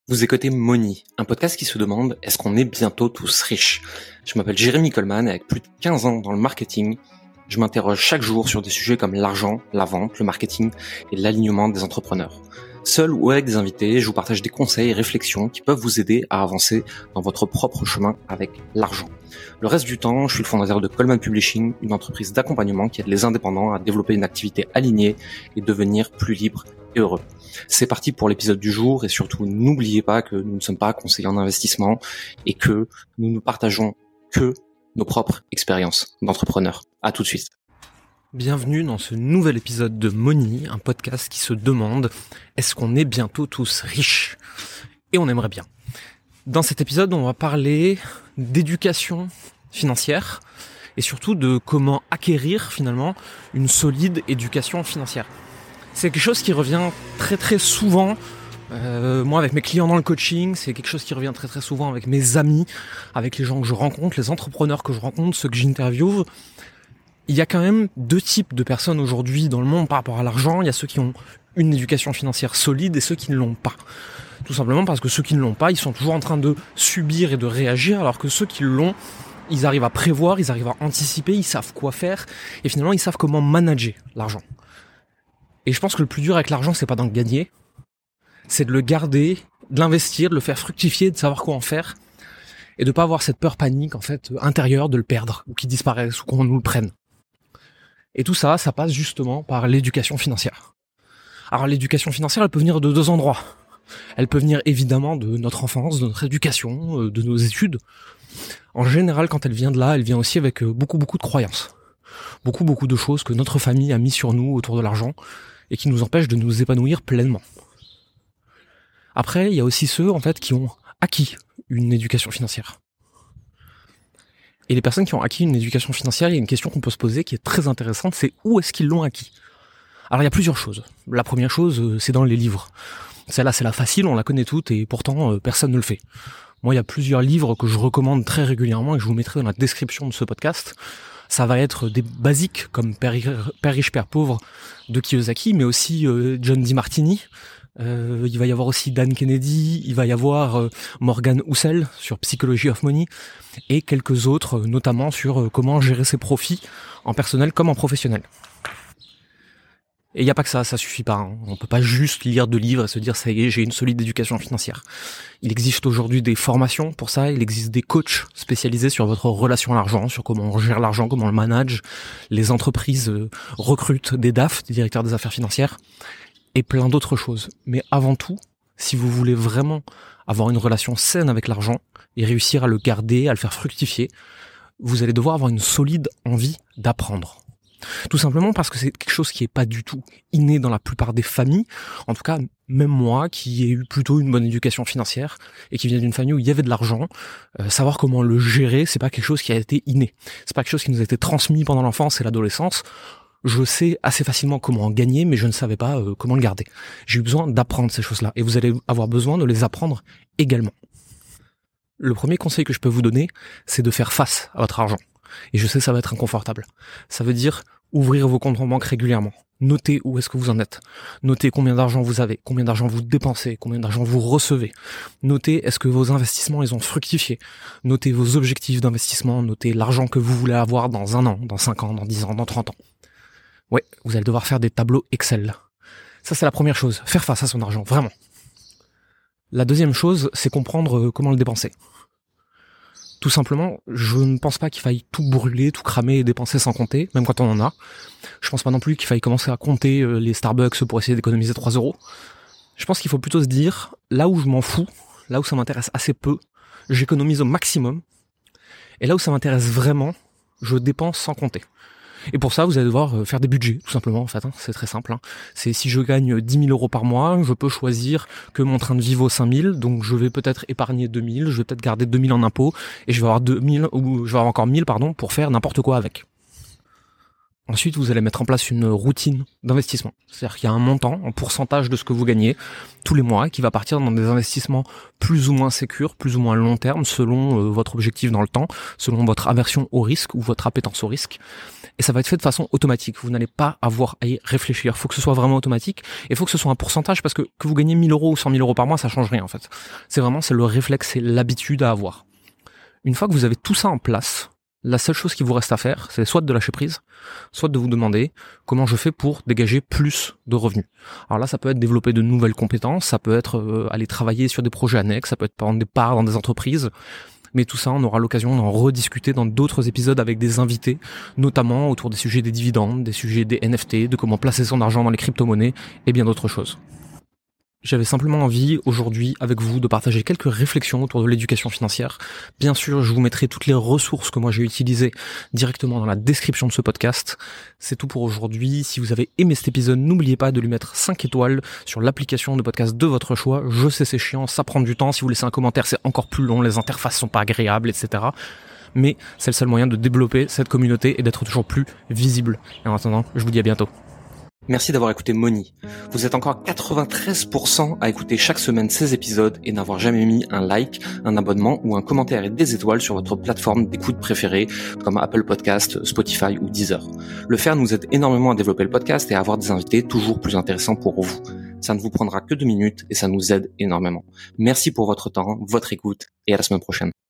Vous écoutez Money, un podcast qui se demande est-ce qu'on est bientôt tous riches. Je m'appelle Jérémy Coleman et avec plus de 15 ans dans le marketing, je m'interroge chaque jour sur des sujets comme l'argent, la vente, le marketing et l'alignement des entrepreneurs. Seul ou avec des invités, je vous partage des conseils et réflexions qui peuvent vous aider à avancer dans votre propre chemin avec l'argent. Le reste du temps, je suis le fondateur de Coleman Publishing, une entreprise d'accompagnement qui aide les indépendants à développer une activité alignée et devenir plus libre et heureux. C'est parti pour l'épisode du jour et surtout n'oubliez pas que nous ne sommes pas conseillers en investissement et que nous ne partageons que nos propres expériences d'entrepreneurs. À tout de suite. Bienvenue dans ce nouvel épisode de Money, un podcast qui se demande est-ce qu'on est bientôt tous riches ? Et on aimerait bien. Dans cet épisode, on va parler d'éducation financière et surtout de comment acquérir finalement une solide éducation financière. C'est quelque chose qui revient très très souvent, moi avec mes clients dans le coaching, c'est quelque chose qui revient très très souvent avec mes amis, avec les gens que je rencontre, les entrepreneurs que je rencontre, ceux que j'interviewe. Il y a quand même deux types de personnes aujourd'hui dans le monde par rapport à l'argent. Il y a ceux qui ont une éducation financière solide et ceux qui ne l'ont pas. Tout simplement parce que ceux qui ne l'ont pas, ils sont toujours en train de subir et de réagir, alors que ceux qui l'ont, ils arrivent à prévoir, ils arrivent à anticiper, ils savent quoi faire et finalement ils savent comment manager l'argent. Et je pense que le plus dur avec l'argent, c'est pas d'en gagner, c'est de le garder, de l'investir, de le faire fructifier, de savoir quoi en faire et de pas avoir cette peur panique en fait intérieure de le perdre ou qu'il disparaisse ou qu'on nous le prenne. Et tout ça, ça passe justement par l'éducation financière. Alors l'éducation financière, elle peut venir de deux endroits. Elle peut venir évidemment de notre enfance, de notre éducation, de nos études. En général, quand elle vient de là, elle vient aussi avec beaucoup de croyances. Beaucoup de choses que notre famille a mis sur nous autour de l'argent et qui nous empêchent de nous épanouir pleinement. Après, il y a aussi ceux en fait qui ont acquis une éducation financière. Et les personnes qui ont acquis une éducation financière, il y a une question qu'on peut se poser qui est très intéressante, c'est où est-ce qu'ils l'ont acquis ? Alors il y a plusieurs choses. La première chose, c'est dans les livres. Celle-là, c'est la facile, on la connaît toutes et pourtant personne ne le fait. Moi, il y a plusieurs livres que je recommande très régulièrement et que je vous mettrai dans la description de ce podcast. Ça va être des basiques comme Père riche, Père pauvre de Kiyosaki, mais aussi John DeMartini. Il va y avoir aussi Dan Kennedy, il va y avoir Morgan Housel sur Psychology of Money et quelques autres, notamment sur comment gérer ses profits en personnel comme en professionnel. Et il n'y a pas que ça suffit pas. Hein. On peut pas juste lire de livres et se dire ça y est, j'ai une solide éducation financière. Il existe aujourd'hui des formations pour ça, il existe des coachs spécialisés sur votre relation à l'argent, sur comment on gère l'argent, comment on le manage. Les entreprises recrutent des DAF, des directeurs des affaires financières, et plein d'autres choses. Mais avant tout, si vous voulez vraiment avoir une relation saine avec l'argent et réussir à le garder, à le faire fructifier, vous allez devoir avoir une solide envie d'apprendre. Tout simplement parce que c'est quelque chose qui est pas du tout inné dans la plupart des familles. En tout cas, même moi, qui ai eu plutôt une bonne éducation financière et qui vient d'une famille où il y avait de l'argent, savoir comment le gérer, c'est pas quelque chose qui a été inné. C'est pas quelque chose qui nous a été transmis pendant l'enfance et l'adolescence. Je sais assez facilement comment en gagner, mais je ne savais pas comment le garder. J'ai eu besoin d'apprendre ces choses-là, et vous allez avoir besoin de les apprendre également. Le premier conseil que je peux vous donner, c'est de faire face à votre argent. Et je sais, ça va être inconfortable. Ça veut dire ouvrir vos comptes en banque régulièrement. Notez où est-ce que vous en êtes. Notez combien d'argent vous avez, combien d'argent vous dépensez, combien d'argent vous recevez. Notez est-ce que vos investissements, ils ont fructifié. Notez vos objectifs d'investissement. Notez l'argent que vous voulez avoir dans 1 an, dans 5 ans, dans 10 ans, dans 30 ans. Ouais, vous allez devoir faire des tableaux Excel. Ça, c'est la première chose. Faire face à son argent, vraiment. La deuxième chose, c'est comprendre comment le dépenser. Tout simplement, je ne pense pas qu'il faille tout brûler, tout cramer et dépenser sans compter, même quand on en a. Je pense pas non plus qu'il faille commencer à compter les Starbucks pour essayer d'économiser 3 €. Je pense qu'il faut plutôt se dire, là où je m'en fous, là où ça m'intéresse assez peu, j'économise au maximum. Et là où ça m'intéresse vraiment, je dépense sans compter. Et pour ça, vous allez devoir faire des budgets, tout simplement, en fait. Hein. C'est très simple. Hein. C'est si je gagne 10 000 € par mois, je peux choisir que mon train de vie vaut 5 000, donc je vais peut-être épargner 2 000, je vais peut-être garder 2 000 en impôts, et je vais avoir 2 000, ou je vais avoir encore 1 000, pour faire n'importe quoi avec. Ensuite, vous allez mettre en place une routine d'investissement. C'est-à-dire qu'il y a un montant, un pourcentage de ce que vous gagnez tous les mois qui va partir dans des investissements plus ou moins sécures, plus ou moins long terme, selon votre objectif dans le temps, selon votre aversion au risque ou votre appétence au risque. Et ça va être fait de façon automatique. Vous n'allez pas avoir à y réfléchir. Il faut que ce soit vraiment automatique. Et il faut que ce soit un pourcentage parce que vous gagnez 1000 euros ou 100 000 euros par mois, ça change rien en fait. C'est le réflexe, c'est l'habitude à avoir. Une fois que vous avez tout ça en place, la seule chose qui vous reste à faire, c'est soit de lâcher prise, soit de vous demander comment je fais pour dégager plus de revenus. Alors là, ça peut être développer de nouvelles compétences, ça peut être aller travailler sur des projets annexes, ça peut être prendre des parts dans des entreprises. Mais tout ça, on aura l'occasion d'en rediscuter dans d'autres épisodes avec des invités, notamment autour des sujets des dividendes, des sujets des NFT, de comment placer son argent dans les crypto-monnaies et bien d'autres choses. J'avais simplement envie, aujourd'hui, avec vous, de partager quelques réflexions autour de l'éducation financière. Bien sûr, je vous mettrai toutes les ressources que moi j'ai utilisées directement dans la description de ce podcast. C'est tout pour aujourd'hui. Si vous avez aimé cet épisode, n'oubliez pas de lui mettre 5 étoiles sur l'application de podcast de votre choix. Je sais, c'est chiant, ça prend du temps. Si vous laissez un commentaire, c'est encore plus long, les interfaces sont pas agréables, etc. Mais c'est le seul moyen de développer cette communauté et d'être toujours plus visible. Et en attendant, je vous dis à bientôt. Merci d'avoir écouté Money. Vous êtes encore 93% à écouter chaque semaine ces épisodes et n'avoir jamais mis un like, un abonnement ou un commentaire et des étoiles sur votre plateforme d'écoute préférée comme Apple Podcast, Spotify ou Deezer. Le faire nous aide énormément à développer le podcast et à avoir des invités toujours plus intéressants pour vous. Ça ne vous prendra que 2 minutes et ça nous aide énormément. Merci pour votre temps, votre écoute et à la semaine prochaine.